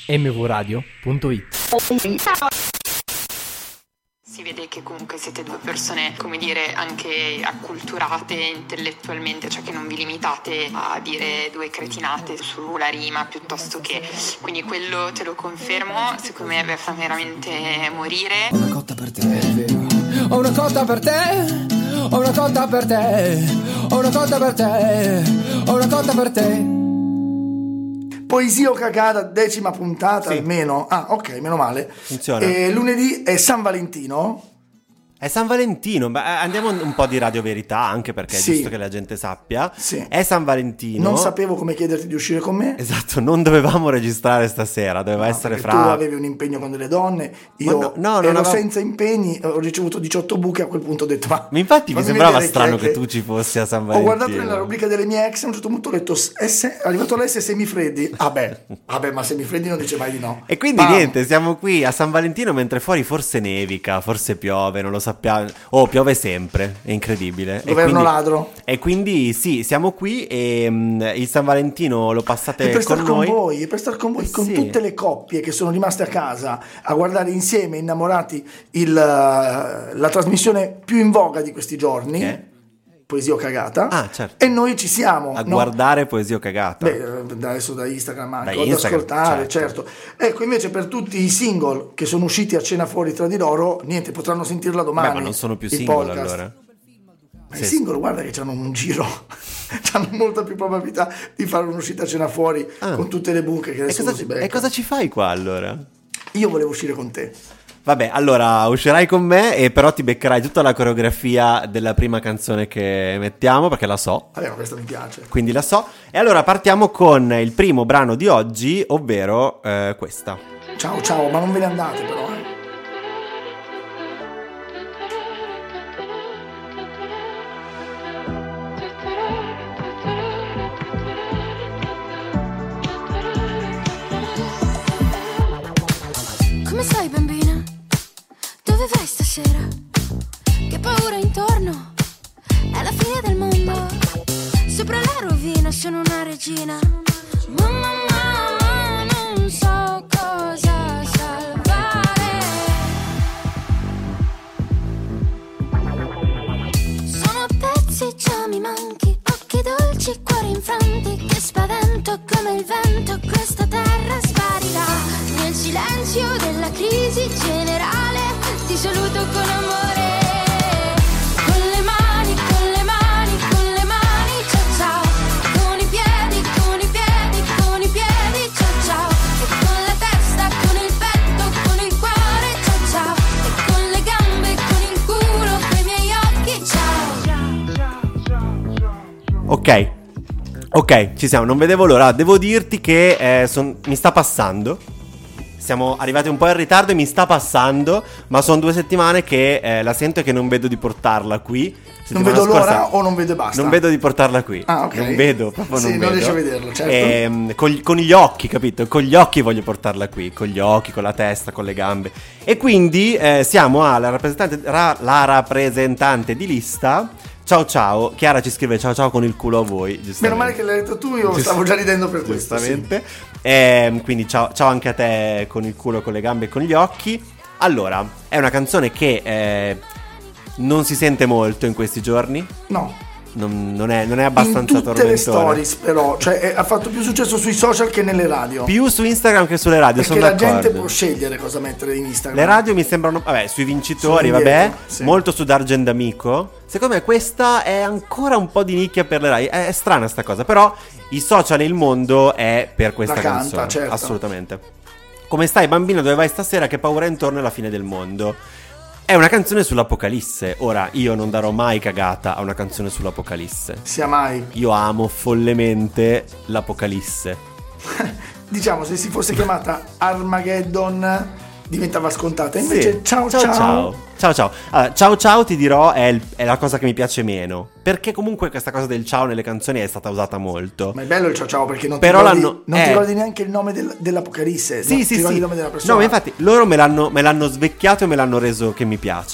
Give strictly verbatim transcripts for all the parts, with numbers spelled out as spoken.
m v radio punto it. Si vede che comunque siete due persone, come dire, anche acculturate intellettualmente, cioè che non vi limitate a dire due cretinate sulla rima piuttosto che... Quindi quello te lo confermo, secondo me fa veramente morire. Ho una cotta per te, è vero. Ho una cotta per te, ho una cotta per te, ho una cotta per te, ho una cotta per te. Poesia o cagata, decima puntata, sì. Almeno. Ah, ok, meno male. Funziona. E lunedì è San Valentino. È San Valentino, beh, andiamo un po' di Radio Verità, anche perché è sì. giusto che la gente sappia. Sì. È San Valentino. Non sapevo come chiederti di uscire con me. Esatto, non dovevamo registrare stasera, doveva no, essere fra... Tu avevi un impegno con delle donne, io no, no, ero avevo... senza impegni, ho ricevuto diciotto buche, a quel punto ho detto ma... ma infatti mi sembrava strano che... che tu ci fossi a San Valentino. Ho guardato nella rubrica delle mie ex, a un certo punto ho detto, è arrivato l'S semifreddi. Vabbè, vabbè, ma semifreddi non dice mai di no. E quindi Bam. niente, siamo qui a San Valentino mentre fuori forse nevica, forse piove, non lo sappiamo. Oh, piove sempre, è incredibile. Governo e quindi, ladro. E quindi sì, siamo qui e um, il San Valentino lo passate e per con star noi. Con voi, e per star con voi, eh con sì. tutte le coppie che sono rimaste a casa a guardare insieme, innamorati, il, la trasmissione più in voga di questi giorni. Eh? Poesia o cagata. Ah, certo. E noi ci siamo. A no? guardare Poesia o cagata. Beh, adesso da Instagram anche, da o Instagram, ad ascoltare, certo. certo. Ecco, invece per tutti i single che sono usciti a cena fuori tra di loro, niente, potranno sentirla domani. Beh, ma non sono più il single podcast. Allora. Ma sì. i single, guarda che hanno un giro, hanno molta più probabilità di fare un'uscita a cena fuori ah. con tutte le buche che adesso e cosa, si becca. E cosa ci fai qua allora? Io volevo uscire con te. Vabbè, allora uscirai con me e però ti beccherai tutta la coreografia della prima canzone che mettiamo, perché la so. Vabbè, ma questa mi piace. Quindi la so. E allora partiamo con il primo brano di oggi, ovvero eh, questa. Ciao ciao, ma non ve ne andate però, eh. Come stai bambina? Dove vai stasera? Che paura intorno? È la fine del mondo. Sopra la rovina sono una regina. Mamma mamma, non so cosa salvare. Sono a pezzi, già mi manchi. Occhi dolci, cuori infranti. Che spavento come il vento. Questa terra sparirà. Nel silenzio della crisi generale ti saluto con amore. Con le mani, con le mani, con le mani, ciao ciao. Con i piedi, con i piedi, con i piedi, ciao ciao. E con la testa, con il petto, con il cuore, ciao ciao. E con le gambe, con il culo, con i miei occhi, ciao. Ok. Ok, ci siamo, non vedevo l'ora. Devo dirti che eh, son, mi sta passando. Siamo arrivati un po' in ritardo e mi sta passando, ma sono due settimane che eh, la sento e che non vedo di portarla qui. Non vedo scorsa, l'ora o non vedo e basta? Non vedo di portarla qui. Ah, ok. Non vedo, proprio sì, non non vedo. riesco a vederlo, certo. E, con, con gli occhi, capito? Con gli occhi voglio portarla qui, con gli occhi, con la testa, con le gambe. E quindi eh, siamo alla rappresentante, ra, la rappresentante di lista. Ciao ciao, Chiara ci scrive ciao ciao con il culo a voi. Meno male che l'hai detto tu, io stavo già ridendo per questo. Giustamente. Sì. E, quindi ciao, ciao anche a te con il culo, con le gambe e con gli occhi. Allora, è una canzone che eh, non si sente molto in questi giorni. No. Non, non, è, non è abbastanza in tutte tormentone. Le stories però, cioè è, ha fatto più successo sui social che nelle radio. Più su Instagram che sulle radio. Perché sono la d'accordo. gente può scegliere cosa mettere in Instagram. Le radio mi sembrano, vabbè, sui vincitori, Sono vabbè, indietro, sì. Molto su D'Argent D'Amico. Secondo me questa è ancora un po' di nicchia per le radio. È, è strana sta cosa, però i social e il mondo è per questa La canta, canzone, certo. Assolutamente. Come stai bambino, dove vai stasera, che paura intorno alla fine del mondo? È una canzone sull'Apocalisse. Ora, io non darò mai cagata a una canzone sull'Apocalisse. Sia mai. Io amo follemente l'Apocalisse. Diciamo, se si fosse chiamata Armageddon diventava scontata. Invece sì. ciao ciao ciao. Ciao ciao. Ciao allora, ciao, ciao ti dirò è, il, è la cosa che mi piace meno. Perché comunque questa cosa del ciao nelle canzoni è stata usata molto. Ma è bello il ciao ciao perché non, Però ti, ricordi, l'hanno, non eh. ti ricordi neanche il nome del, dell'Apocalisse. Sì, no? sì, ti sì. il nome della persona. No, ma infatti loro me l'hanno, me l'hanno svecchiato e me l'hanno reso che mi piace.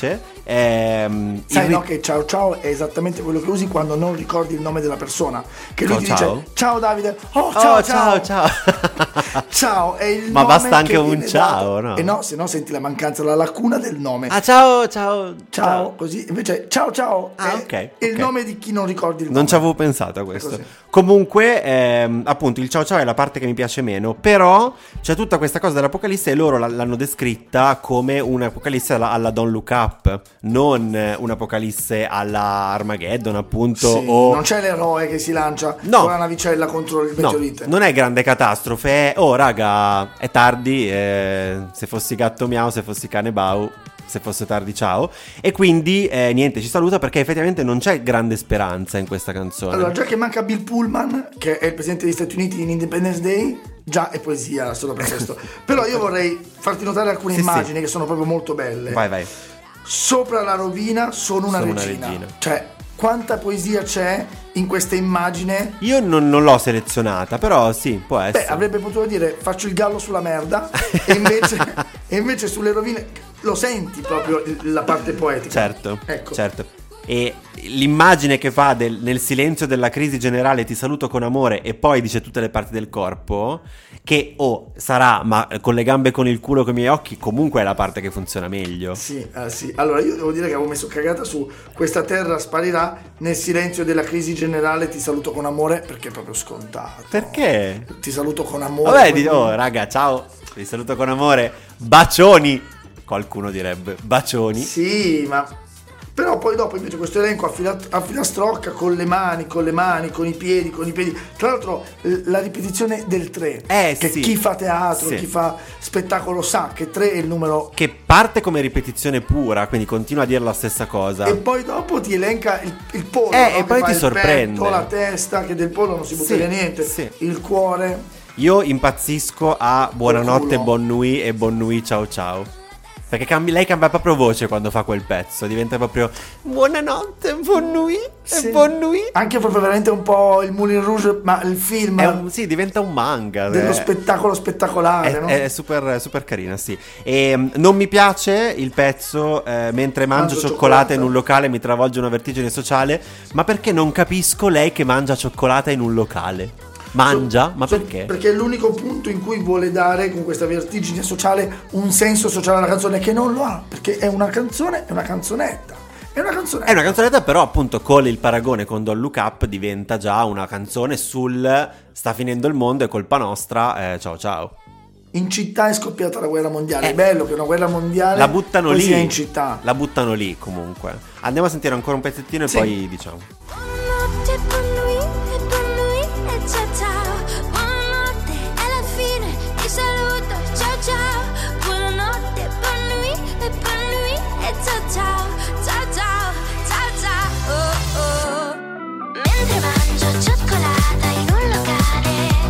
ehm, Sai il ri- no che ciao ciao è esattamente quello che usi quando non ricordi il nome della persona. Che lui Ciao, ti ciao? dice ciao Davide. Oh Oh, ciao ciao, ciao. ciao. Ciao è il Ma nome basta anche che un viene ciao, dato. no? E no, se no senti la mancanza, la lacuna del nome. Ah, ciao, ciao, Ciao, così invece ciao ciao Ah, è, ok, è il ok. nome di chi non ricordi il Non nome. ci avevo pensato a questo. così. Comunque, ehm, appunto, il ciao ciao è la parte che mi piace meno. Però c'è tutta questa cosa dell'Apocalisse e loro l- l'hanno descritta come un'Apocalisse alla, alla Don't Look Up, non eh, un'Apocalisse alla Armageddon, appunto. Sì, o... non c'è l'eroe che si lancia No. con la navicella contro il No, meteorite. non è grande catastrofe, è oh raga, è tardi, eh, se fossi gatto miau, se fossi cane bau, se fosse tardi ciao. E quindi eh, niente, ci saluta perché effettivamente non c'è grande speranza in questa canzone. Allora, già che manca Bill Pullman, che è il presidente degli Stati Uniti in Independence Day, già è poesia solo per questo. Però io vorrei farti notare alcune Sì, immagini sì. che sono proprio molto belle. Vai vai. Sopra la rovina sono una Sono una regina. regina. Cioè, quanta poesia c'è in questa immagine? Io non, non l'ho selezionata, però sì, può essere. Beh, avrebbe potuto dire faccio il gallo sulla merda e invece, e invece sulle rovine lo senti proprio la parte poetica. Certo, Ecco. certo. E l'immagine che fa del- nel silenzio della crisi generale ti saluto con amore e poi dice tutte le parti del corpo, che o oh, sarà, ma con le gambe e con il culo con i miei occhi, comunque è la parte che funziona meglio. Sì, eh, sì. Allora io devo dire che avevo messo cagata su questa terra sparirà nel silenzio della crisi generale ti saluto con amore perché è proprio scontato. Perché? Ti saluto con amore. Vabbè, quindi- di- oh raga, ciao, vi saluto con amore, bacioni, qualcuno direbbe, bacioni. Sì, ma però poi dopo invece questo elenco a, fila- a filastrocca con le mani, con le mani, con i piedi, con i piedi. Tra l'altro l- la ripetizione del tre, Eh, che sì. chi fa teatro, Sì. chi fa spettacolo sa che tre è il numero. Che parte come ripetizione pura, quindi continua a dire la stessa cosa. E poi dopo ti elenca il, il pollo, Eh, no? e Che poi fa ti il sorprende. petto, la testa, che del pollo non si butta Sì, via niente, sì. il cuore. Io impazzisco a buonanotte, culo. buon nuit e buon nuit, ciao ciao. Perché cambi- lei cambia proprio voce quando fa quel pezzo. Diventa proprio buonanotte, buon nuit Sì. e buon nuit. Anche proprio veramente un po' il Moulin Rouge, ma il film È un- sì, diventa un manga. dello è- spettacolo spettacolare, È, no? è super, super carina, sì. E mm, non mi piace il pezzo eh, mentre mangio, Mangio cioccolata cioccolata. in un locale mi travolge una vertigine sociale. Ma perché non capisco lei che mangia cioccolata in un locale? Mangia? Ma So- perché? Perché è l'unico punto in cui vuole dare con questa vertigine sociale un senso sociale alla canzone che non lo ha, perché è una canzone, è una canzonetta. È una canzonetta. È una canzonetta, però appunto con il paragone con Don't Look Up diventa già una canzone sul sta finendo il mondo, è colpa nostra, eh, ciao ciao. In città è scoppiata la guerra mondiale. Eh. È bello che una guerra mondiale La buttano poi lì. sia in città. La buttano lì comunque. Andiamo a sentire ancora un pezzettino e Sì. poi diciamo. Buonanotte, buon nuit e buon nuit e ciao ciao. Buonanotte, è la fine, ti saluto, ciao ciao. Buonanotte, buon nuit e buon nuit e ciao ciao. Ciao ciao, ciao ciao. Oh oh. Mentre mangio cioccolata in un locale,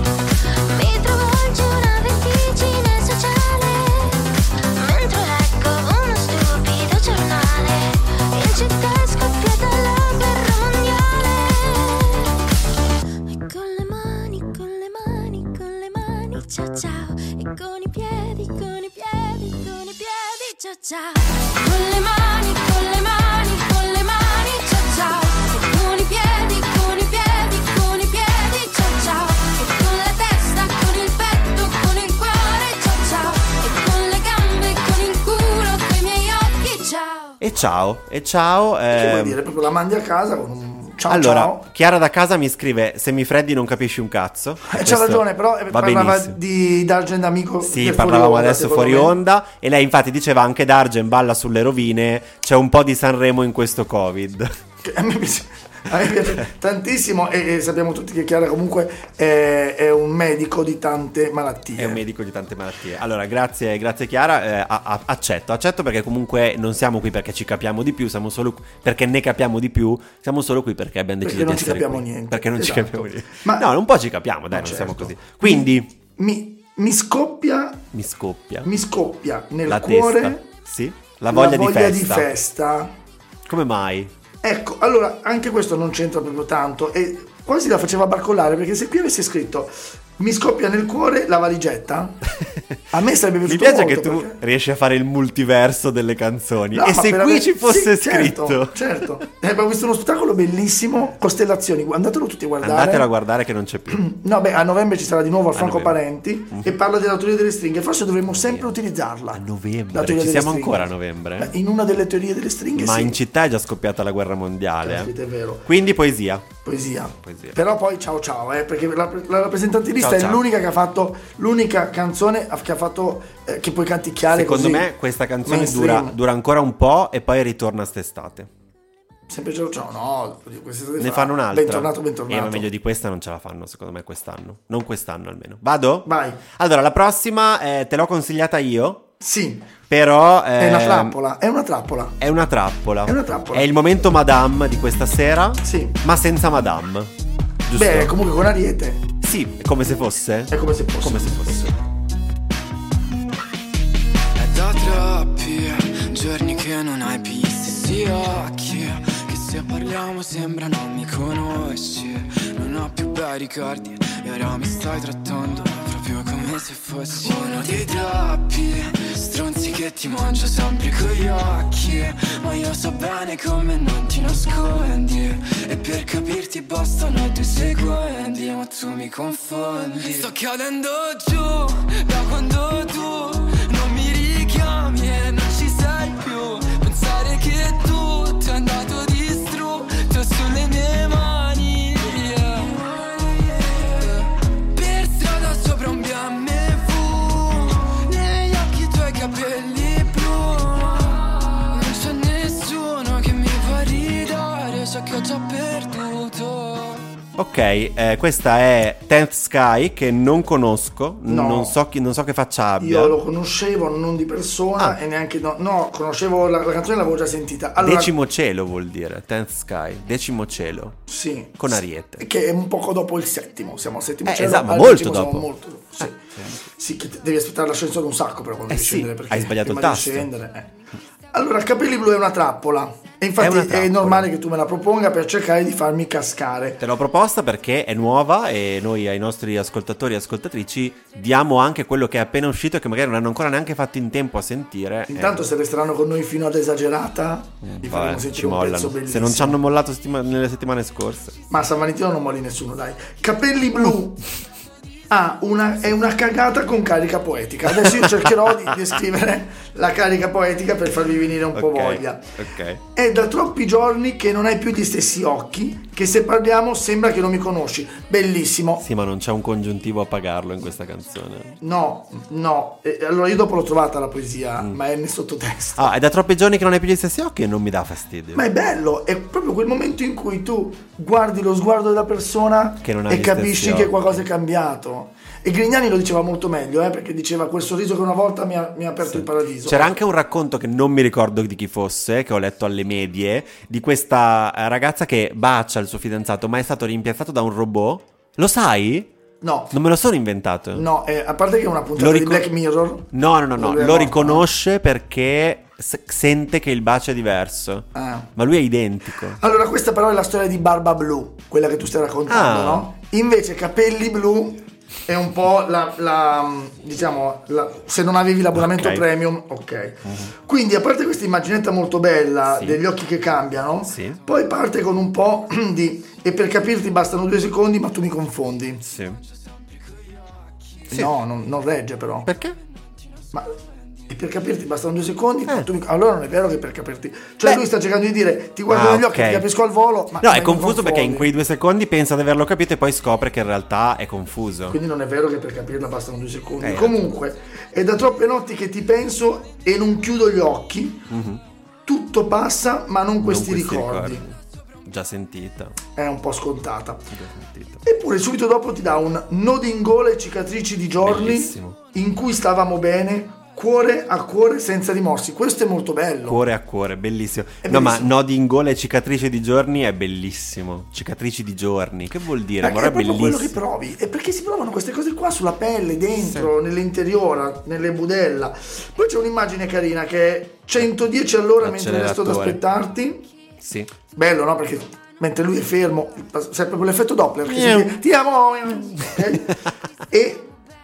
mi travolge una vertigine sociale. Mentre leggo uno stupido giornale, in città è scoppiata la guerra mondiale. E con le mani, con le mani, con le mani, ciao ciao. E con i piedi, con i piedi, con i piedi, ciao ciao. Con le mani, con le mani, con le mani, ciao ciao. E con i piedi, con i piedi, con i piedi, ciao ciao. E con la testa, con il petto, con il cuore, ciao ciao. E con le gambe, con il culo, con i miei occhi, ciao. E ciao, e ciao. Che vuol ehm, dire? Proprio la mandi a casa con un ciao allora, ciao. Chiara da casa mi scrive: se mi freddi non capisci un cazzo. Eh, Questo c'ha ragione, però eh, va parlava benissimo. di D'Argent amico. Sì, del parlavamo fuori onda, adesso secondo fuori me. onda. E lei infatti diceva anche D'Argent balla sulle rovine. C'è un po' di Sanremo in questo Covid. Che a me piace, a me piace tantissimo e, e sappiamo tutti che Chiara comunque è, è un medico di tante malattie. È un medico di tante malattie. Allora, grazie, grazie Chiara. Eh, a- a- accetto, accetto perché comunque non siamo qui perché ci capiamo di più, siamo solo qui perché ne capiamo di più. Siamo solo qui perché abbiamo deciso Perché non di ci essere capiamo qui. niente. Perché non Esatto. ci capiamo niente. Ma- no, un po' ci capiamo, dai, Ma non siamo certo. così. Quindi Mi, mi scoppia, mi scoppia mi scoppia nel la cuore testa. Sì? La voglia, di, festa. di festa. Come mai? Ecco, allora anche questo non c'entra proprio tanto e quasi la faceva barcollare perché se qui avesse scritto mi scoppia nel cuore la valigetta A me sarebbe Mi piaciuto piace molto che tu perché... riesci a fare il multiverso delle canzoni. No, e ma se per qui aver- ci fosse sì, scritto. Certo, certo. Eh, abbiamo visto uno spettacolo bellissimo, Costellazioni, andatelo tutti a guardare. Andatelo a guardare che non c'è più. No, beh, a novembre ci sarà di nuovo a Franco novembre. Parenti e parla della teoria delle stringhe. Forse dovremmo sempre utilizzarla. A La novembre. teoria Ci delle siamo stringhe. ancora a novembre? Beh, in una delle teorie delle stringhe, Ma sì. in città è già scoppiata la guerra mondiale. Caspita, è vero. Quindi poesia. Poesia. Poesia. Però poi ciao ciao, eh, perché la, la rappresentante lista Ciao, è ciao. l'unica che ha fatto, l'unica canzone che ha fatto, eh, che puoi canticchiare Secondo così, me questa canzone mainstream. dura, dura ancora un po' e poi ritorna st'estate. Sempre ciao ciao, no, quest'estate Ne farà. fanno un'altra. Bentornato, bentornato. Eh, ma meglio di questa non ce la fanno, secondo me, quest'anno. Non quest'anno almeno. Vado? Vai. Allora, la prossima eh, te l'ho consigliata io, Sì, però... è una ehm, trappola, è una trappola. È una trappola. È una trappola. È il momento Madame di questa sera, Sì. ma senza Madame. Giusto? Beh, comunque con Ariete Sì, è come se fosse. è come se fosse. Come se fosse. È da troppi giorni che non hai più gli stessi occhi, che se parliamo sembra non mi conosci. Non ho più bei ricordi e ora mi stai trattando proprio come se fossi uno dei troppi stronzi che ti mangio sempre con gli occhi. Ma io so bene come non ti nascondi, e per capirti bastano due secondi, ma tu mi confondi. Sto cadendo giù da quando tu non mi richiami e non ci sei più. Pensare che tutto è andato distrutto sulle mie mani, yeah. Per strada sopra un B M W, negli occhi i tuoi capelli blu. Non c'è nessuno che mi fa ridere ciò che ho già perduto. Ok, eh, questa è Tenth Sky, che non conosco, No. non, so chi, non so che faccia abbia. Io lo conoscevo non di persona Ah. e neanche no, no conoscevo la, la canzone, l'avevo già sentita. Allora, Decimo cielo vuol dire, Tenth Sky, decimo cielo, sì, con Ariete. che è un poco dopo il settimo, siamo al settimo Eh, cielo, esatto, ma al molto decimo siamo dopo. molto dopo, sì. Sì, che devi aspettare l'ascensore un sacco però quando Eh devi sì, scendere, perché hai sbagliato il prima di tasto. scendere, eh. Allora, Capelli Blu è una trappola e infatti È una è, trappola. normale che tu me la proponga per cercare di farmi cascare. Te l'ho proposta perché è nuova e noi ai nostri ascoltatori e ascoltatrici diamo anche quello che è appena uscito e che magari non hanno ancora neanche fatto in tempo a sentire. Intanto Eh, se resteranno con noi fino ad Esagerata vi faremo vabbè, sentire ci un pezzo mollano. bellissimo. Se non ci hanno mollato settima- nelle settimane scorse. Ma a San Valentino non molli nessuno, dai. Capelli Blu ha una, è una cagata con carica poetica. Adesso io cercherò di descrivere la carica poetica per farvi venire un po' Ok, voglia. ok. È da troppi giorni che non hai più gli stessi occhi, che se parliamo sembra che non mi conosci. Bellissimo. Sì, ma non c'è un congiuntivo a pagarlo in questa canzone. No, no. E allora io dopo l'ho trovata la poesia, Mm. ma è nel sottotesto. Ah, è da troppi giorni che non hai più gli stessi occhi e non mi dà fastidio. Ma è bello, è proprio quel momento in cui tu guardi lo sguardo della persona Che non ha e gli capisci stessi che occhi. qualcosa è cambiato. E Grignani lo diceva molto meglio, eh, perché diceva quel sorriso che una volta mi ha, mi ha aperto il paradiso. C'era anche un racconto che non mi ricordo di chi fosse, che ho letto alle medie, di questa eh, ragazza che bacia il suo fidanzato, ma è stato rimpiazzato da un robot. Lo sai? No, Non me lo sono inventato. no, eh, a parte che è una puntata Lo di ricor- Black Mirror. No, no, no, no, Lui è lo morto, riconosce perché s- sente che il bacio è diverso. Ah. Ma lui è identico. Allora questa però è la storia di Barba Blu, quella che tu stai raccontando, Ah. no? Invece Capelli Blu è un po' la, la diciamo, la, se non avevi l'abbonamento Ok. premium, ok. Quindi a parte questa immaginetta molto bella Sì. degli occhi che cambiano, Sì. poi parte con un po' di e per capirti bastano due secondi ma tu mi confondi. Sì. No, non, non regge però. Perché? Ma e per capirti bastano due secondi, ma Eh. tu mi... allora non è vero che per capirti. Cioè Beh. lui sta cercando di dire ti guardo Ah, negli occhi, ok. ti capisco al volo, ma No, ma è mi confuso perché in confondi. quei due secondi pensa di averlo capito e poi scopre che in realtà è confuso. Quindi non è vero che per capirla bastano due secondi. Eh, Comunque, è da troppe notti che ti penso e non chiudo gli occhi. Tutto passa, ma non questi, Non questi ricordi. Già sentita. È un po' scontata. Già sentita. Eppure subito dopo ti dà un nodo in gola e cicatrici di giorni Bellissimo. in cui stavamo bene, cuore a cuore senza rimorsi. Questo è molto bello. Cuore a cuore, bellissimo. È no, bellissimo. ma nodi in gola e cicatrici di giorni è bellissimo. Cicatrici di giorni, che vuol dire? Perché Amore, è proprio quello che bellissimo. provi. E perché si provano queste cose qua sulla pelle, dentro, nell'interiora, nelle budella. Poi c'è un'immagine carina che è centodieci all'ora mentre resto ad Acceleratore. aspettarti. Sì. Bello, no? Perché mentre lui è fermo, c'è proprio l'effetto Doppler. Che Miau. si- ti amo. Ok? E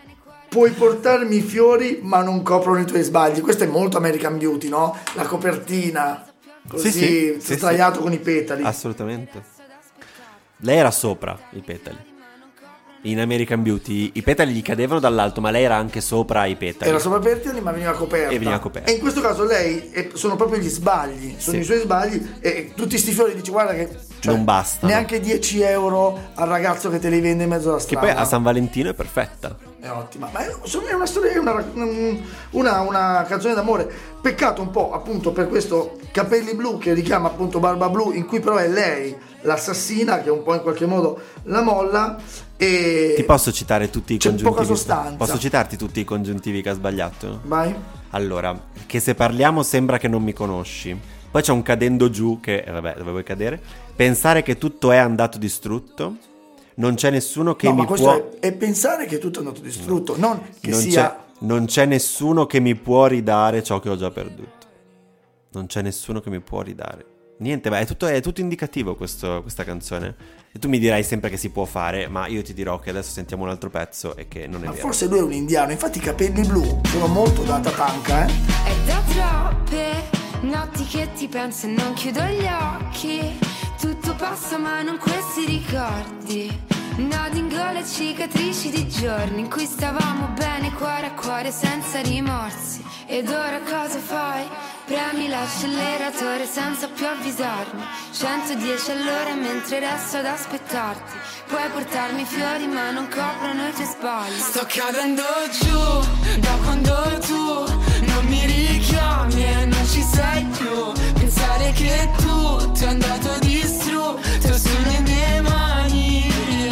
puoi portarmi i fiori ma non coprono i tuoi sbagli. Questo è molto American Beauty, no? La copertina così sì, sì, sdraiato sì. con i petali. Assolutamente. Lei era sopra i petali. In American Beauty i petali gli cadevano dall'alto, ma lei era anche sopra i petali. Era sopra i petali, ma veniva coperta. E veniva coperta. E in questo caso lei è, sono proprio gli sbagli, sono Sì. i suoi sbagli. E tutti sti fiori dici guarda che cioè, Non bastano. neanche dieci euro al ragazzo che te li vende in mezzo alla Che strada. poi a San Valentino è perfetta. È ottima, ma è è una storia, è una, una, una canzone d'amore. Peccato un po' appunto per questo Capelli Blu che richiama appunto Barba Blu, in cui però è lei l'assassina che un po' in qualche modo la molla. E Ti posso citare tutti i c'è congiuntivi? poca sostanza. Posso citarti tutti i congiuntivi che ha sbagliato? Vai. Allora, che se parliamo sembra che non mi conosci. Poi c'è un cadendo giù che, eh, vabbè, dove vuoi cadere? Pensare che tutto è andato distrutto. Non c'è nessuno che no, mi ma questo può... è, è pensare che tutto è andato distrutto, non che non, sia... c'è, non c'è nessuno che mi può ridare ciò che ho già perduto. Non c'è nessuno che mi può ridare. Niente, ma è tutto, è tutto indicativo questo, questa canzone. E tu mi dirai sempre che si può fare, ma io ti dirò che adesso sentiamo un altro pezzo e che non è Ma vero. forse lui è un indiano, infatti i capelli blu sono molto da tatanka, eh? È da troppe notti che ti penso e non chiudo gli occhi. Tutto passa ma non questi ricordi. Nodi in gola e cicatrici di giorni in cui stavamo bene cuore a cuore senza rimorsi. Ed ora cosa fai? Premi l'acceleratore senza più avvisarmi. centodieci all'ora mentre resto ad aspettarti. Puoi portarmi fiori ma non coprono i tuoi sbagli. Sto cadendo giù da quando tu non mi richiami e non ci sei più. Pensare che tutto è andato distrutto sulle mie mani.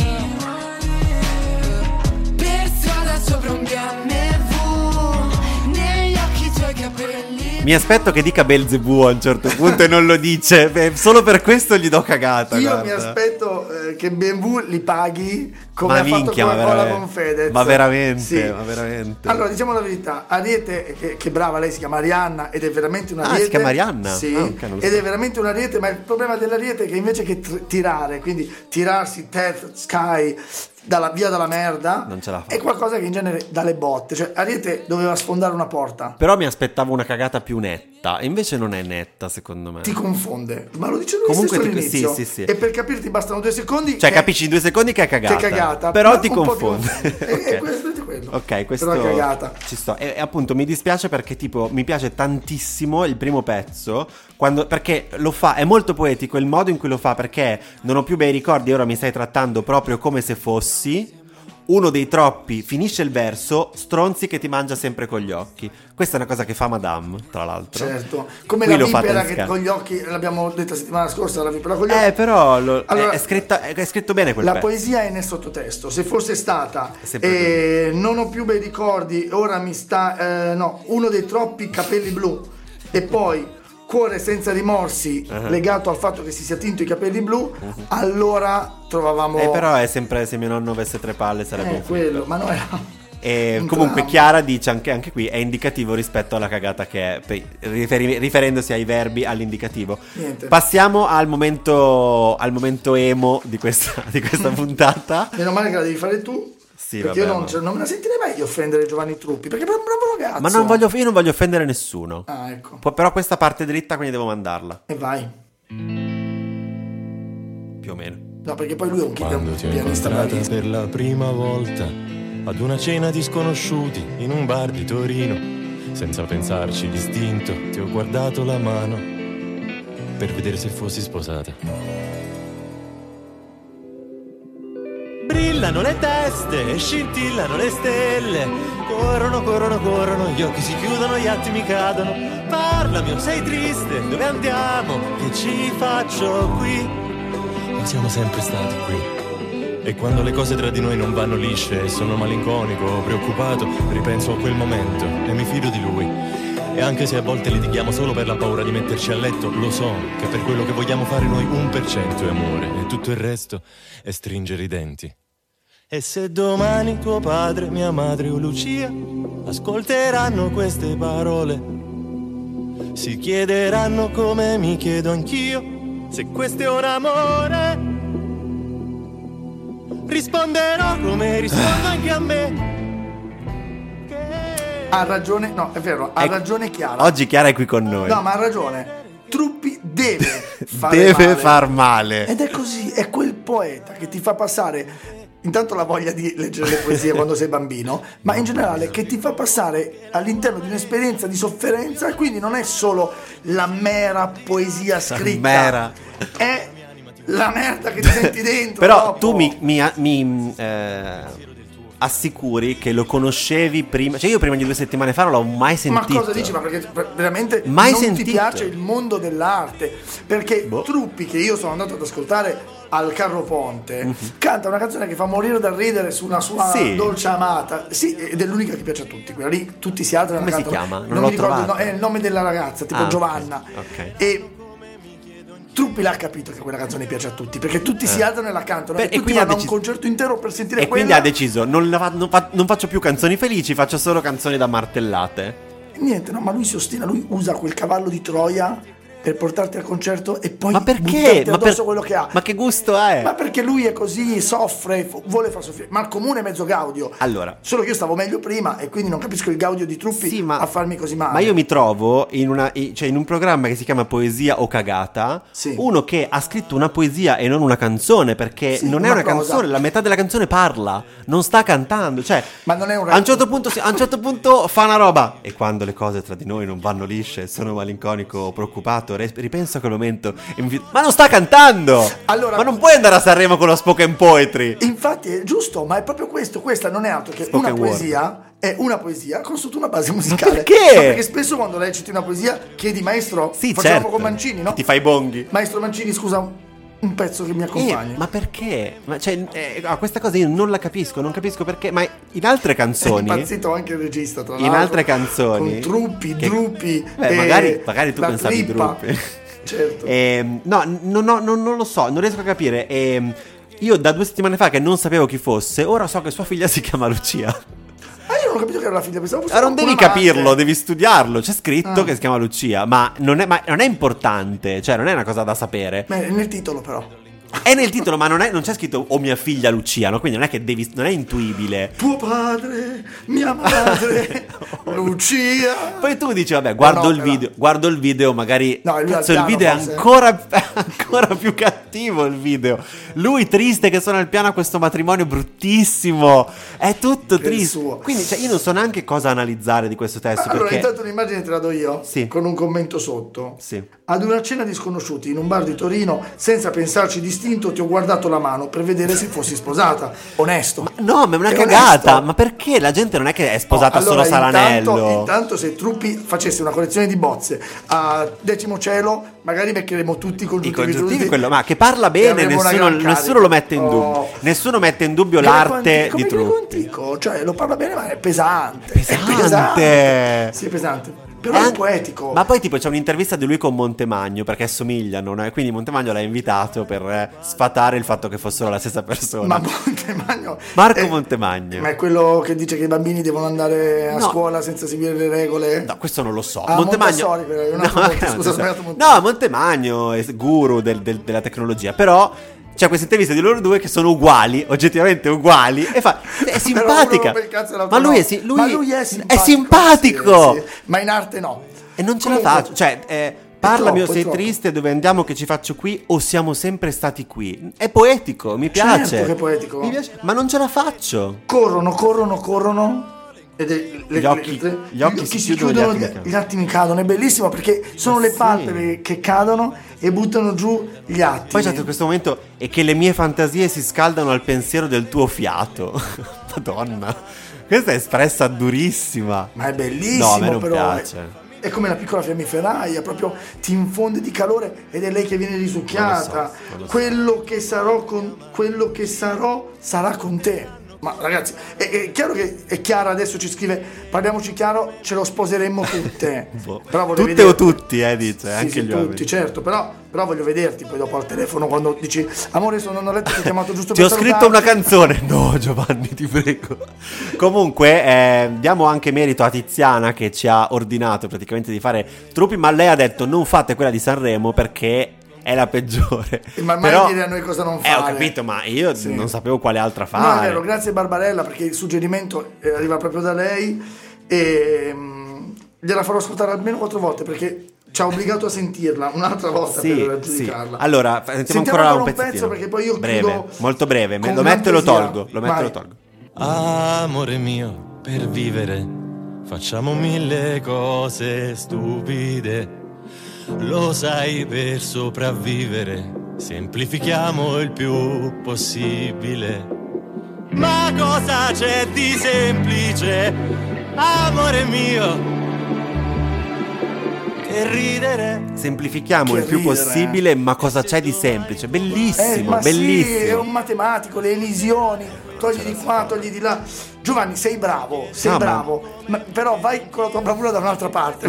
Per strada sopra un B M W, negli occhi i tuoi capelli. Mi aspetto che dica Belzebù a un certo punto e non lo dice. Beh, solo per questo gli do cagata. Io guarda. mi aspetto eh, che B M W li paghi come Ma ha minchia, ma fatto Coca-Cola veramente. con Fedez. Ma veramente, Sì. ma veramente. Allora, diciamo la verità, Ariete, che, che brava, lei si chiama Arianna ed è veramente una Ah, Ariete. si chiama Arianna? Sì, Ah, ok, non lo ed so. è veramente un Ariete, ma il problema dell'Ariete è che invece che tr- tirare, quindi tirarsi Death Sky dalla via dalla merda, Non ce la fa. è qualcosa che in genere dà le botte. Cioè, Ariete doveva sfondare una porta. Però mi aspettavo una cagata più netta. Invece non è netta, secondo me. Ti confonde, ma lo dice lui Comunque stesso ti- all'inizio. sì, sì, sì. E per capirti bastano due secondi. Cioè, che- capisci in due secondi che è cagata. Che è cagata. Però ma ti un po' confonde. E, Ok. e questo è quello. Ok, questo Però è cagata. ci sto. E, e appunto mi dispiace perché tipo mi piace tantissimo il primo pezzo quando, perché lo fa, è molto poetico il modo in cui lo fa, perché non ho più bei ricordi e ora mi stai trattando proprio come se fossi uno dei troppi, finisce il verso, stronzi che ti mangia sempre con gli occhi. Questa è una cosa che fa Madame, tra l'altro. Certo, come Qui la lo fa vipera che Tedesca. con gli occhi, l'abbiamo detto la settimana scorsa, la vipera con gli occhi. Eh, però lo- Allora, è, è, scritta, è, è scritto bene quel la pezzo. poesia è nel sottotesto. Se fosse stata sempre eh, non ho più bei ricordi, ora mi sta eh, no, uno dei troppi capelli blu e poi cuore senza rimorsi Uh-huh. legato al fatto che si sia tinto i capelli blu, allora trovavamo Eh, però è sempre se mio nonno avesse tre palle sarebbe eh, un figlio. quello, ma no era E un comunque dramma. Chiara dice anche, anche qui è indicativo rispetto alla cagata che è, per- riferi- riferendosi ai verbi all'indicativo. Niente. Passiamo al momento al momento emo di questa, di questa puntata. Meno male che la devi fare tu. Sì, perché vabbè, io non, ma- cioè, non me la sentirei mai di offendere Giovanni Truppi, perché è un bravo ragazzo. Ma non voglio, io non voglio offendere nessuno. Ah, ecco. Po- Però questa parte è dritta, quindi devo mandarla. E vai. Più o meno. No, perché poi lui è un, chi- è Quando un ti ho pianista incontrata bravissimo. per la prima volta ad una cena di sconosciuti in un bar di Torino, senza pensarci distinto ti ho guardato la mano per vedere se fossi sposata. Brillano le teste e scintillano le stelle, corrono, corrono, corrono, gli occhi si chiudono, gli attimi cadono. Parlami, o sei triste, dove andiamo, che ci faccio qui? Ma siamo sempre stati qui. E quando le cose tra di noi non vanno lisce e sono malinconico, preoccupato, ripenso a quel momento e mi fido di lui. E anche se a volte litighiamo solo per la paura di metterci a letto, lo so che per quello che vogliamo fare noi un per cento è amore e tutto il resto è stringere i denti. E se domani tuo padre, mia madre o Lucia ascolteranno queste parole, si chiederanno come mi chiedo anch'io se questo è un amore. Risponderò come rispondo anche a me, Ha ragione, no, è vero, ha Ecco, ragione Chiara. Oggi Chiara è qui con noi. No, ma ha ragione. Truppi deve fare Deve male. far male. Ed è così, è quel poeta che ti fa passare intanto la voglia di leggere le poesie quando sei bambino, ma in generale che ti fa passare all'interno di un'esperienza di sofferenza, e quindi non è solo la mera poesia scritta, mera. è la merda che ti senti dentro. Però dopo. tu mi, mi, mi eh, assicuri che lo conoscevi prima. Cioè io prima di due settimane fa non l'ho mai sentito. Ma cosa dici? Ma perché veramente Mai non sentito. ti piace il mondo dell'arte? Perché Boh. Truppi, che io sono andato ad ascoltare al Carro Ponte, Mhm. canta una canzone che fa morire dal ridere su una sua Sì. dolce amata. Sì, ed è l'unica che piace a tutti. Quella lì tutti si alzano e la Come si cantano. chiama? Non Non, l'ho mi ricordo, trovata. no, è il nome della ragazza, tipo Ah, ok. Giovanna. Ok. E Truppi l'ha capito che quella canzone piace a tutti, perché tutti si alzano e la cantano. Beh, e e tutti quindi ha vanno a un deciso- concerto intero per sentire E quella. quindi ha deciso: non, la fa- non fa- non faccio più canzoni felici, faccio solo canzoni da martellate. Niente, no, ma lui si ostina, lui usa quel cavallo di Troia per portarti al concerto e poi Ma perché? buttarti Ma, addosso per- quello che ha. ma che gusto è? Ma perché lui è così, soffre, fu- vuole far soffrire. Ma il comune è mezzo gaudio. Allora. Solo che io stavo meglio prima e quindi non capisco il gaudio di Truppi Sì, ma- a farmi così male. Ma io mi trovo in, una, i- cioè in un programma che si chiama Poesia o Cagata. Sì. Uno che ha scritto una poesia e non una canzone, perché Sì, non è una una cosa. canzone, la metà della canzone parla, non sta cantando. Cioè, Ma non è un a un certo punto, sì, a un certo punto fa una roba. E quando le cose tra di noi non vanno lisce, sono malinconico, preoccupato, re- ripenso a quel momento e mi fido, ma non sta cantando! Allora- ma non puoi andare a Sanremo con lo spoken poetry. Infatti è giusto, ma è proprio questo. Questa non è altro che Spoken una word. poesia. È una poesia con sotto una base musicale. perché? No, perché spesso quando reciti una poesia chiedi maestro, Sì, facciamo certo. con Mancini, no? Ti fai i bonghi. Maestro Mancini, scusa, un- un pezzo che mi accompagni. Eh, ma perché? Ma cioè, eh, ah, questa cosa io non la capisco, non capisco perché. Ma in altre È canzoni. impazzito anche il regista, tra In l'altro. altre canzoni. Con Truppi, che- Druppi. Beh, e magari, magari tu la pensavi trippa. Druppi. Certo. Ehm, no, no, no, no, non lo so, non riesco a capire. Ehm, io da due settimane fa che non sapevo chi fosse, ora so che sua figlia si chiama Lucia. Ah, io non ho capito che era la figlia, pensavo fosse Ma non devi una madre. capirlo, devi studiarlo. C'è scritto Ah. che si chiama Lucia, ma non, è, ma non è importante, cioè non è una cosa da sapere. Beh, è nel titolo però. È nel titolo, ma non, è, non c'è scritto o mia figlia Lucia, no? Quindi non è che devi, non è intuibile. Tuo padre, mia madre, Lucia. Poi tu dici, vabbè, guardo no, il però- video, guardo il video, magari No, lui al cazzo, il piano, video è forse. ancora, ancora più cattivo il video. Lui triste che suona il piano a questo matrimonio bruttissimo. È tutto Per il triste. suo. Quindi cioè, io non so neanche cosa analizzare di questo testo. Allora, perché intanto un'immagine te la do io, Sì. con un commento sotto. Sì. Ad una cena di sconosciuti in un bar di Torino, senza pensarci distinto, ti ho guardato la mano per vedere se fossi sposata. Onesto. No, ma è una È cagata. onesto. Ma perché la gente non è che è sposata Oh, allora, solo Saranello? Intanto, intanto se Truppi facesse una collezione di bozze a decimo cielo, magari beccheremo tutti i I congiuntivi congiuntivi, giusti. quello, ma che parla E bene, avremo una nessuno, gran carica. nessuno lo mette in dubbio. Oh. Nessuno mette in dubbio Greco l'arte antico, di come greco Truppi. antico, cioè lo parla bene, ma è pesante. Pesante. È pesante. Sì, è pesante. Però Eh, è poetico. Ma poi tipo c'è un'intervista di lui con Montemagno, perché assomigliano, no? E quindi Montemagno l'ha invitato per eh, sfatare il fatto che fossero la stessa persona. Ma Montemagno Marco è- Montemagno. Ma è quello che dice che i bambini devono andare a No. scuola senza seguire le regole? No, questo non lo so. Ah, Montemagno. Montessori, quello, è un No, altro Monte- che scusa, ho Montessori. sbagliato Montemagno. No, Montemagno è guru del- del- della tecnologia, però c'è questa intervista di loro due che sono uguali, oggettivamente uguali, e fa è simpatica. Però uno rompe il cazzo e l'altro Ma lui no. è, si- lui Ma lui è è simpatico. simpatico. Sì, sì. Ma in arte no. E non ce Comunque- la faccio, cioè, eh, parlami o troppo, è sei troppo. triste, dove andiamo, che ci faccio qui, o siamo sempre stati qui. È poetico, mi piace. Certo che è poetico. Mi piace, ma non ce la faccio. Corrono, corrono, corrono. Ed è, le, Gli occhi- le- le- gli occhi si chiudono, gli attimi gli, gli attimi cadono. È bellissimo perché sono le sì. palpebre che cadono e buttano giù gli attimi. Poi c'è questo momento e che le mie fantasie si scaldano al pensiero del tuo fiato. Madonna, questa è espressa durissima. Ma è bellissimo, No, a me non però. piace. È, è come la piccola fiammiferaia, proprio ti infonde di calore ed è lei che viene risucchiata. Non lo so, non lo so. Quello che sarò con quello che sarò sarà con te. Ma ragazzi, è, è chiaro che è Chiara adesso ci scrive, parliamoci chiaro, ce lo sposeremmo tutte. Boh. Però vorrei Tutte vederti. o tutti, eh, dice, Sì, anche sì, gli tutti, uomini. certo, però, però voglio vederti poi dopo al telefono quando dici amore sono non ho letto, ti ho chiamato giusto Ti per ho scritto una salutarti. canzone. No, Giovanni, ti prego. Comunque, eh, diamo anche merito a Tiziana che ci ha ordinato praticamente di fare Truppi, ma lei ha detto non fate quella di Sanremo perché è la peggiore. Ma mai Però, dire a noi cosa non Eh, ho fare. capito, ma io non sapevo quale altra No, è fare. vero, grazie Barbarella perché il suggerimento eh, arriva proprio da lei. e um, gliela farò ascoltare almeno quattro volte perché ci ha obbligato a sentirla un'altra volta sì, per giudicarla. Sì. Allora, sentiamo, sentiamo ancora un, un pezzettino. pezzo perché poi io breve, chiudo molto breve, con lo metto e lo poesia. tolgo, lo metto Vai. e lo tolgo. Amore mio, per vivere facciamo mille cose stupide. Lo sai, per sopravvivere semplifichiamo il più possibile. Ma cosa c'è di semplice, amore mio? Che ridere. Semplifichiamo Che il più ridere. possibile, ma cosa c'è di semplice? Eh, Bellissimo, ma bellissimo. sì, è un matematico, le elisioni, togli di qua, togli di là. Giovanni, sei bravo, sei No, ma- bravo, ma... però vai con la tua bravura da un'altra parte.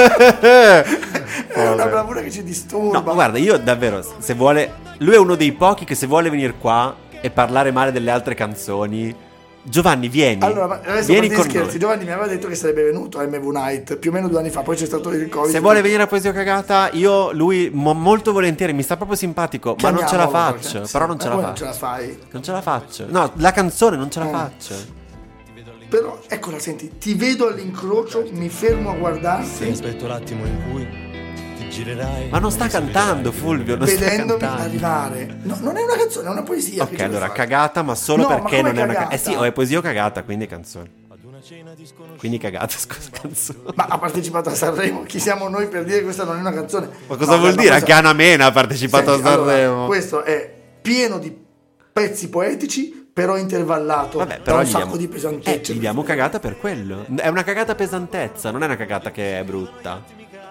È una Vabbè. bravura che ci disturba. No, guarda, io davvero, se vuole, lui è uno dei pochi che se vuole venire qua e parlare male delle altre canzoni, Giovanni, vieni. Allora, ma adesso vieni per con scherzi, noi. Giovanni mi aveva detto che sarebbe venuto a M V Night più o meno due anni fa, poi c'è stato il Covid. Se vuole venire a Poesia Cagata, io lui mo- molto volentieri, mi sta proprio simpatico, ma non ce la Chiamiamolo, faccio, perché- però sì, non ce ma la poi faccio. non ce la fai. Non ce la faccio. No, la canzone non ce la Eh. faccio. Però eccola, senti, ti vedo all'incrocio, mi fermo a guardarti, Ti aspetto l'attimo in cui ti girerai. Ma non sta e cantando, sorriderai. Fulvio, non sta vedendomi cantando. arrivare. No, non è una canzone, è una poesia. che Ok, ci allora vuoi fare? cagata, ma solo No, ma perché come non è una cagata? canzone. Eh sì, o è poesia o cagata, quindi è canzone. Ad una cena disconosciuta. Quindi cagata, scusa, canzone. Ma ha partecipato a Sanremo, chi siamo noi per dire che questa non è una canzone? Ma cosa No, vuol ma dire? cosa- Anche Anna Mena ha partecipato Senti, a allora, Sanremo. questo è pieno di pezzi poetici, però intervallato Vabbè, da però un gli sacco diamo, di eh, pesantezze. gli diamo cagata per quello. È una cagata pesantezza, non è una cagata che è brutta.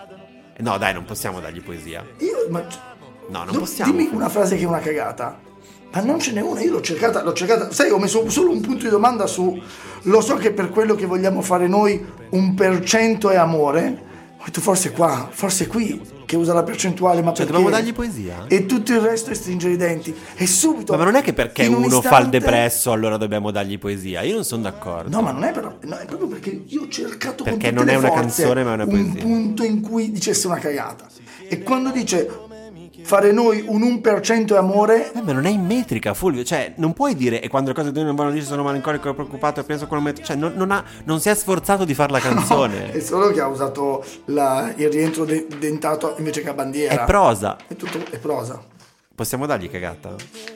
No, dai, non possiamo dargli poesia. Io, ma, No, non no, possiamo. Dimmi una frase che è una cagata. Ma non ce n'è una, io l'ho cercata, l'ho cercata. Sai, ho messo solo un punto di domanda su. Lo so che per quello che vogliamo fare noi un per cento è amore. Ho detto forse qua, forse qui che usa la percentuale, ma Cioè, perché? dobbiamo dargli poesia? E tutto il resto è stringere i denti. E subito. Ma non è che perché in un uno fa il istante- depresso allora dobbiamo dargli poesia. Io non sono d'accordo. No, ma non è però, no, è proprio perché io ho cercato con Perché tutte non le è una forze canzone, ma è una un poesia. punto in cui dicesse una cagata. E quando dice fare noi un uno per cento è amore, Eh, ma non è in metrica, Fulvio. Cioè, non puoi dire e quando le cose non vanno dire sono malinconico, preoccupato e penso a quello met-". Cioè, non, non, ha, non si è sforzato di fare la canzone. è solo che ha usato la- il rientro de- dentato invece che a bandiera. È prosa. È tutto è prosa. Possiamo dargli cagata?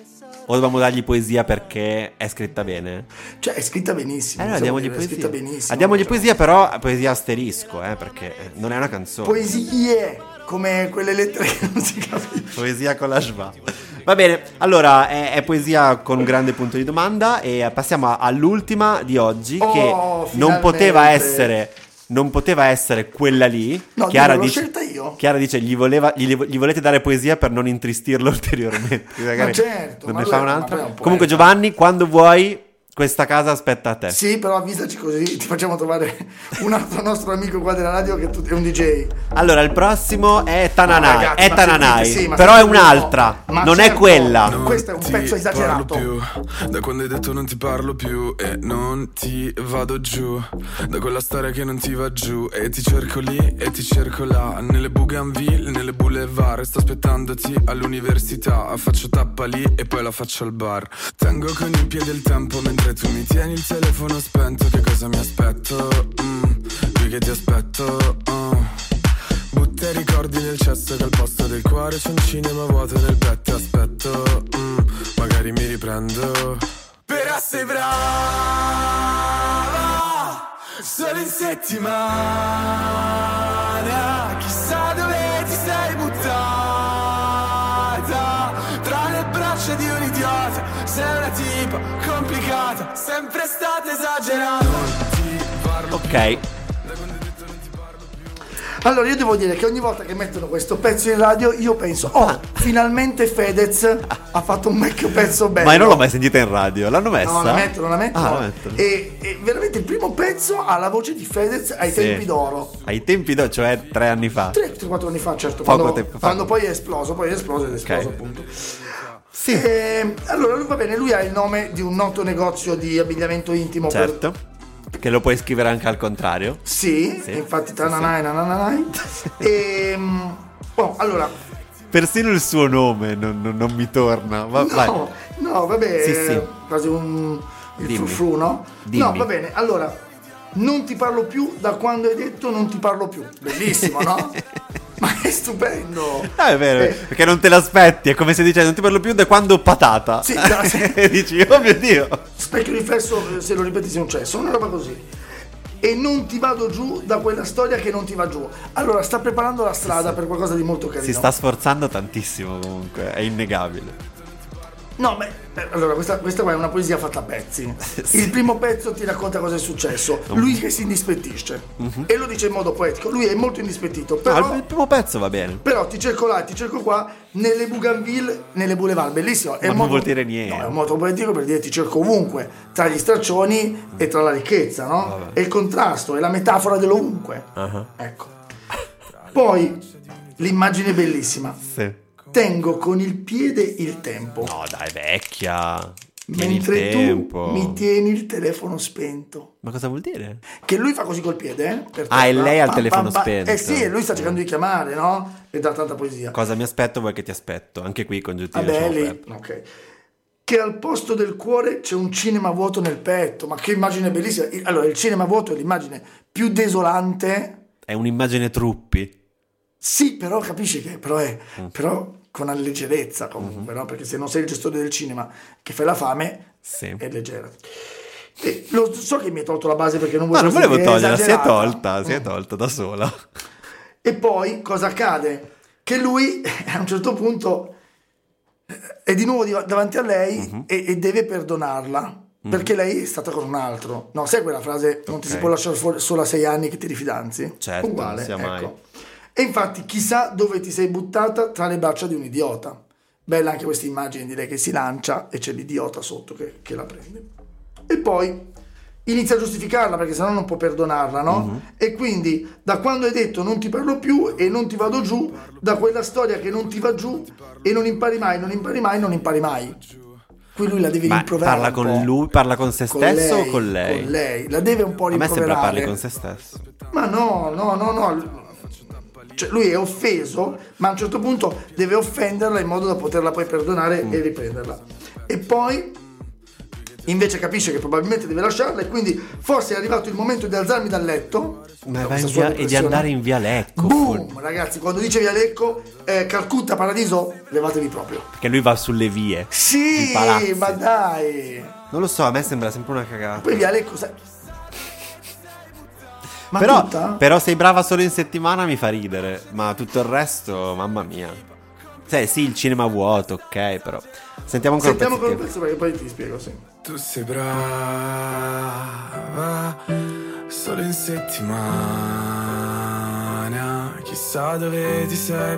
O dobbiamo dargli poesia perché è scritta bene? Cioè, è scritta benissimo. Eh, allora possiamo diamogli dire, è poesia. scritta benissimo. Ah, diamogli Cioè, poesia, però poesia asterisco, eh, perché non è una canzone. Poesie, come quelle lettere che non si capisce. Poesia con la schwa. Va bene, allora è, è poesia con un grande punto di domanda e passiamo a- all'ultima di oggi Oh, che non finalmente. poteva essere non poteva essere quella lì. No, Chiara l'ho dice, scelta io. Chiara dice gli, voleva, gli, gli volete dare poesia per non intristirlo ulteriormente. Magari certo, non ma ne lui fa è- ma un'altra. poi è un poeta. Comunque Giovanni, quando vuoi questa casa aspetta a te. Sì, però avvisaci così ti facciamo trovare un altro nostro amico qua della radio che tu- è un D J. Allora, il prossimo è Tananai. No, ragazzi, è ma Tananai, sentite, sì, ma però è sentite, un'altra. no, ma non è certo. quella. No. Questo è un pezzo esagerato. Parlo più, da quando hai detto non ti parlo più e non ti vado giù, da quella storia che non ti va giù e ti cerco lì e ti cerco là, nelle bougainville, nelle boulevard, sto aspettandoti all'università, faccio tappa lì e poi la faccio al bar. Tengo con i piedi il tempo mentre tu mi tieni il telefono spento, che cosa mi aspetto? Mm, qui che ti aspetto, oh. Butta i ricordi nel cesso che al posto del cuore c'è un cinema vuoto nel petto. Aspetto, mm, magari mi riprendo. Però sei brava, solo in settimana. Chissà dove ti sei buttata, tra le braccia di un idiota. Sei una tipa complicata, sempre stata esagerata. Non ti parlo Ok. più, da quando hai detto non ti parlo più. Allora io devo dire che ogni volta che mettono questo pezzo in radio io penso, oh, finalmente Fedez ha fatto un vecchio pezzo bello. Ma io non l'ho mai sentita in radio. L'hanno messa? No, la mettono, la mettono. Ah, la mettono. E, e veramente il primo pezzo ha la voce di Fedez ai Sì. tempi d'oro. Ai tempi d'oro, cioè tre anni fa. tre quattro anni fa, certo, Poco quando, tempo fa. quando poi è esploso, poi è esploso ed è esploso Ok. appunto. Sì. E, allora lui va bene, lui ha il nome di un noto negozio di abbigliamento intimo. per- Certo. Che lo puoi scrivere anche al contrario. Sì, Sì, infatti sì, tananai, nananai. E oh, allora Persino il suo nome non, non- non mi torna. Va, vai. no, no, vabbè, Sì, sì. quasi un il Dimmi. frufru, no? Dimmi. No, va bene. Allora, non ti parlo più da quando hai detto non ti parlo più. Bellissimo, no? Ma è stupendo. Ah, è vero, Eh, perché non te l'aspetti, è come se dice non ti parlo più da quando patata. Sì, da- E dici, oh mio Dio. specchio riflesso, se lo ripeti sei un cesso, una roba così. E non ti vado giù da quella storia che non ti va giù. Allora sta preparando la strada per qualcosa di molto carino. Si sta sforzando tantissimo comunque, è innegabile. No, beh, eh, allora questa, questa qua è una poesia fatta a pezzi. Sì. Il primo pezzo ti racconta cosa è successo. Lui che si indispettisce e lo dice in modo poetico. Lui è molto indispettito, però, Ah, il primo pezzo va bene. però ti cerco là, ti cerco qua, nelle Bougainville, nelle boulevard, bellissimo. È Ma un non modo- vuol dire niente. No, è un modo poetico per dire ti cerco ovunque, tra gli straccioni e tra la ricchezza, no? Vabbè. È il contrasto, è la metafora dell'ovunque. Ah, Ecco. Poi l'immagine bellissima. sì. Tengo con il piede il tempo. No, dai, vecchia. Tieni il Mentre tempo. tu mi tieni il telefono spento. Ma cosa vuol dire? Che lui fa così col piede, eh? per Ah, e terra. lei ha il Pam, telefono pam, pam. spento. Eh sì, e lui sta cercando di chiamare, no? E dà tanta poesia. Cosa mi aspetto vuoi che ti aspetto? Anche qui congiuntivo. Vabbè, lasciamo lì, perdere. ok. Che al posto del cuore c'è un cinema vuoto nel petto. Ma che immagine bellissima. Allora, il cinema vuoto è l'immagine più desolante. È un'immagine truppi. Sì, però capisci che però è Mm. però con una leggerezza comunque, no? Perché se non sei il gestore del cinema che fai la fame, Sì. è leggera. E lo so che mi hai tolto la base perché non Ma volevo non volevo dire che è toglierla, si è esagerata. tolta, si è tolta da sola. E poi cosa accade? Che lui a un certo punto è di nuovo di- davanti a lei Mhm. e, e deve perdonarla. Perché lei è stata con un altro. No, sai quella frase non ti Ok. si può lasciare fuori solo a sei anni che ti rifidanzi? Certo, Uguale, non sia mai. ecco. E infatti chissà dove ti sei buttata tra le braccia di un idiota. Bella anche questa immagine di lei che si lancia e c'è l'idiota sotto che, che la prende. E poi inizia a giustificarla perché sennò non può perdonarla, no? Mhm. E quindi da quando hai detto non ti parlo più e non ti vado giù, da quella storia che non ti va giù e non impari mai, non impari mai, non impari mai. Qui lui la deve Ma rimproverare parla un con po'. lui, parla con se Con stesso lei, o con lei? Con lei, la deve un po' A me rimproverare. sembra parli con se stesso. Ma no, no, no, no. Cioè, lui è offeso, ma a un certo punto deve offenderla in modo da poterla poi perdonare Mm. e riprenderla. E poi invece capisce che probabilmente deve lasciarla e quindi forse è arrivato il momento di alzarmi dal letto. Ma da vai questa in sua via- e di depressione. andare in via Lecco. Boom, ragazzi, quando dice via Lecco, eh, Calcutta, Paradiso, levatevi proprio. Perché lui va sulle vie. Sì, I palazzi. ma dai. Non lo so, a me sembra sempre una cagata. Poi via Lecco, sai. Ma Però, tutta? però sei brava solo in settimana mi fa ridere. Ma tutto il resto, mamma mia. Cioè, sì, il cinema vuoto, ok, però. Sentiamo ancora Sentiamo un con un pezzo. pezzo perché poi ti spiego, sì. Tu sei brava solo in settimana. Chissà dove ti sei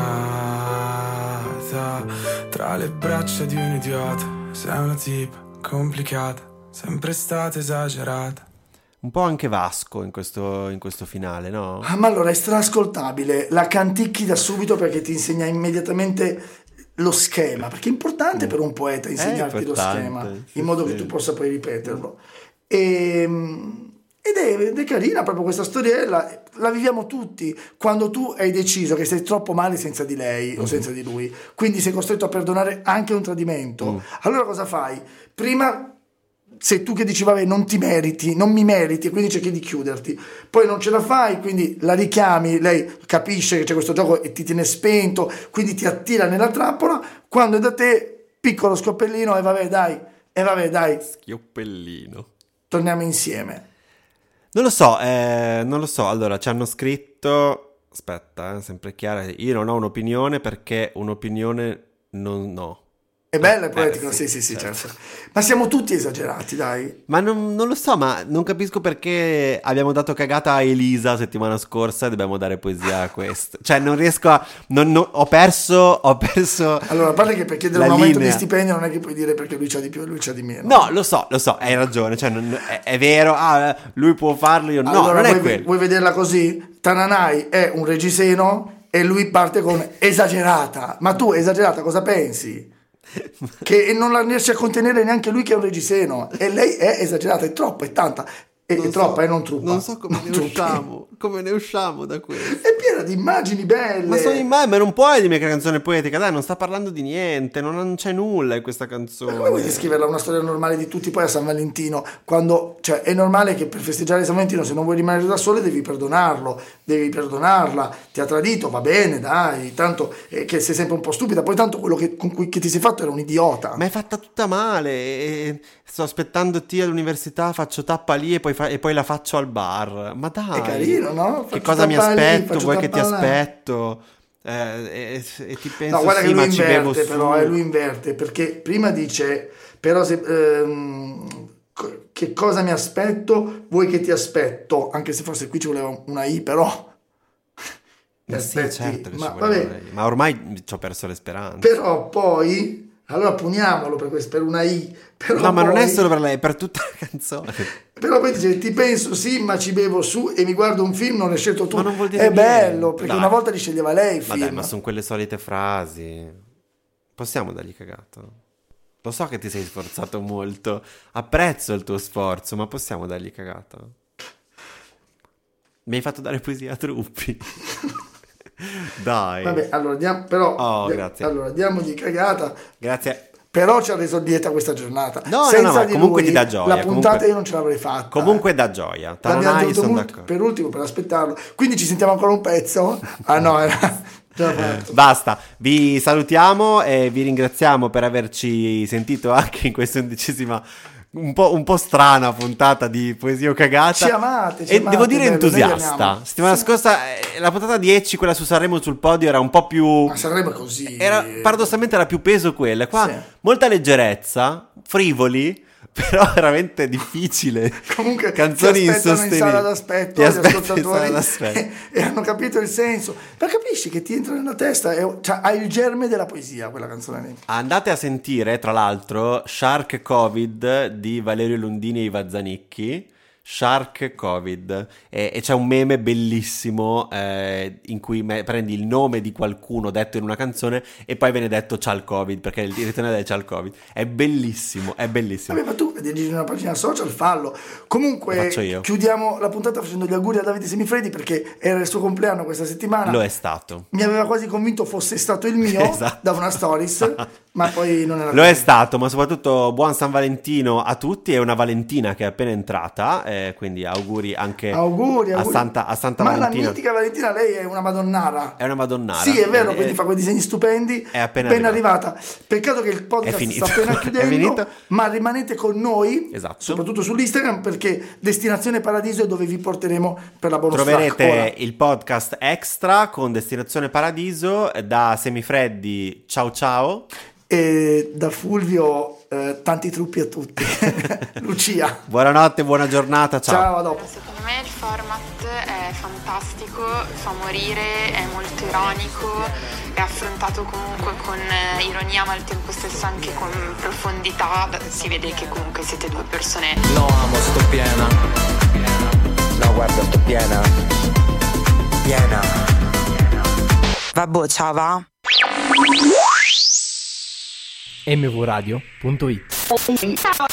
buttata tra le braccia di un idiota. Sei una tipa complicata, sempre stata esagerata. Un po' anche Vasco in questo, in questo finale, no? Ah, ma allora è strascoltabile, la canticchi da subito perché ti insegna immediatamente lo schema, perché è importante per un poeta insegnarti lo importante, schema, sì, in modo sì. che tu possa poi ripeterlo. E, ed, è, ed è carina proprio questa storiella, la viviamo tutti, quando tu hai deciso che sei troppo male senza di lei o senza di lui, quindi sei costretto a perdonare anche un tradimento, allora cosa fai? Prima sei tu che dici vabbè non ti meriti, non mi meriti e quindi cerchi di chiuderti, poi non ce la fai, quindi la richiami, lei capisce che c'è questo gioco e ti tiene spento, quindi ti attira nella trappola, quando è da te piccolo scoppellino e vabbè dai, e vabbè dai, Schioppellino. torniamo insieme. Non lo so, eh, non lo so. Allora, ci hanno scritto... Aspetta, eh, sempre chiara. Io non ho un'opinione perché un'opinione non ho. È bella e Eh, poetica, sì, sì, sì, sì, certo. certo. Ma siamo tutti esagerati, dai. Ma non, non lo so, ma non capisco perché abbiamo dato cagata a Elisa settimana scorsa e dobbiamo dare poesia a questo. Cioè, non riesco a... non- non- ho perso... Ho perso... Allora, a parte che per chiedere la un aumento di linea. stipendio non è che puoi dire perché lui c'ha di più e lui c'ha di meno. No, lo so, lo so, hai ragione. Cioè, non- è, è vero, ah, lui può farlo, io no, Allora, non è vuoi, quello. vuoi vederla così? Tananai è un reggiseno e lui parte con esagerata. Ma tu esagerata cosa pensi? Che non la riesce a contenere neanche lui che è un reggiseno. E lei è esagerata, è troppo, è tanta. E E Non è troppa, so- e non truppa. Non so come Non ne truppi. usciamo. Come ne usciamo da questo? È piena di immagini belle. Ma sono immagini, ma non puoi dirmi che è una canzone poetica, dai, non sta parlando di niente, non, non c'è nulla in questa canzone. Ma come vuoi descriverla una storia normale di tutti poi a San Valentino? Quando, cioè, è normale che per festeggiare San Valentino, se non vuoi rimanere da sole, devi perdonarlo, devi perdonarla, ti ha tradito, va bene, dai, tanto eh, che sei sempre un po' stupida, poi tanto quello che, con cui che ti sei fatto era un idiota. Ma è fatta tutta male. e Sto aspettando te all'università, faccio tappa lì e poi, fa- e poi la faccio al bar. Ma dai, È carino, no? Che Faccio cosa mi tappa lì, aspetto? faccio Vuoi che ti tappa là. aspetto? Eh, e, e ti penso, No, guarda sì, che lui ma ci bevo inverte, su. però, eh, lui inverte, perché prima dice, però se, ehm, co- che cosa mi aspetto? Vuoi che ti aspetto? Anche se forse qui ci voleva una I, però... Ma sì, aspetti, certo che ma, ci vuole vabbè, una I. Ma ormai ci ho perso le speranze. però poi... Allora puniamolo per, questo, per una I. Però No, ma non è poi- solo per lei, è per tutta la canzone. Però poi dice, ti penso sì, ma ci bevo su e mi guardo un film, non hai scelto tu. Ma non vuol dire è niente. bello, perché Dai. una volta li sceglieva lei il Ma film. dai, ma sono quelle solite frasi. Possiamo dargli cagato? Lo so che ti sei sforzato molto. Apprezzo il tuo sforzo, ma possiamo dargli cagato? Mi hai fatto dare poesia a Truppi. Dai. Vabbè, allora diamo, però, Oh, di- grazie. allora diamogli cagata. Grazie. Però ci ha reso lieta questa giornata. No, no, Senza no, ma di comunque lui, ti dà gioia, La puntata comunque- io non ce l'avrei fatta. Comunque dà gioia. L'abbiamo Tanonai, tenuto sono molto d'accordo. per ultimo per aspettarlo. Quindi ci sentiamo ancora un pezzo? Ah no, era già fatto. Basta, vi salutiamo e vi ringraziamo per averci sentito anche in questa undicesima un po', un po' strana puntata di Poesia o Cagata. Ci amate, ci e amate, devo dire bello, noi vi entusiasta. amiamo. Settimana Sì. scorsa eh, la puntata dieci, quella su Sanremo sul podio, era un po' più... Ma sarebbe così. Era, paradossalmente era più peso quella. Qua Sì. molta leggerezza, frivoli, però veramente difficile. Comunque canzoni ti aspettano in insostenibili. sala d'aspetto Ti gli aspetti in ascoltatori sala d'aspetto. e, e hanno capito il senso. Ma capisci che ti entra nella testa, è- cioè, ha il germe della poesia quella canzone lì. Andate a sentire, tra l'altro, Shark Covid di Valerio Lundini e Iva Zanicchi. Shark Covid. E, e c'è un meme bellissimo eh, in cui me- prendi il nome di qualcuno detto in una canzone e poi viene detto c'ha il Covid, perché il ritornello è c'ha il Covid. È bellissimo, è bellissimo. Vabbè, ma tu dirigi una pagina social, fallo. Comunque, Lo faccio io. chiudiamo la puntata facendo gli auguri a Davide Semifreddi perché era il suo compleanno questa settimana. Lo è stato. Mi aveva quasi convinto fosse stato il mio Esatto. da una stories, ma poi non era Lo è così. stato, ma soprattutto buon San Valentino a tutti. È una Valentina che è appena entrata, eh, quindi auguri anche Auguri, a auguri. Santa, a Santa ma Valentina. la mitica Valentina, lei è una madonnara. È una madonnara. Sì, è vero, Eh, quindi fa quei disegni stupendi. è appena arrivata. Peccato che il podcast È finito. sta appena È chiudendo, finito. ma rimanete con noi, Esatto. soprattutto sull'Instagram, perché Destinazione Paradiso è dove vi porteremo per la bonus track. Troverete Ora, il podcast extra con Destinazione Paradiso da Semifreddi. Ciao ciao. e da Fulvio eh, tanti truppi a tutti. Lucia. Buonanotte, buona giornata. Ciao. Ciao, a dopo. Secondo me il format è fantastico, fa morire, è molto ironico, è affrontato comunque con eh, ironia ma al tempo stesso anche con profondità. Si vede che comunque siete due persone Lo amo, sto piena. No, guarda, sto piena. Piena. Vabbè, ciao va. M V radio punto it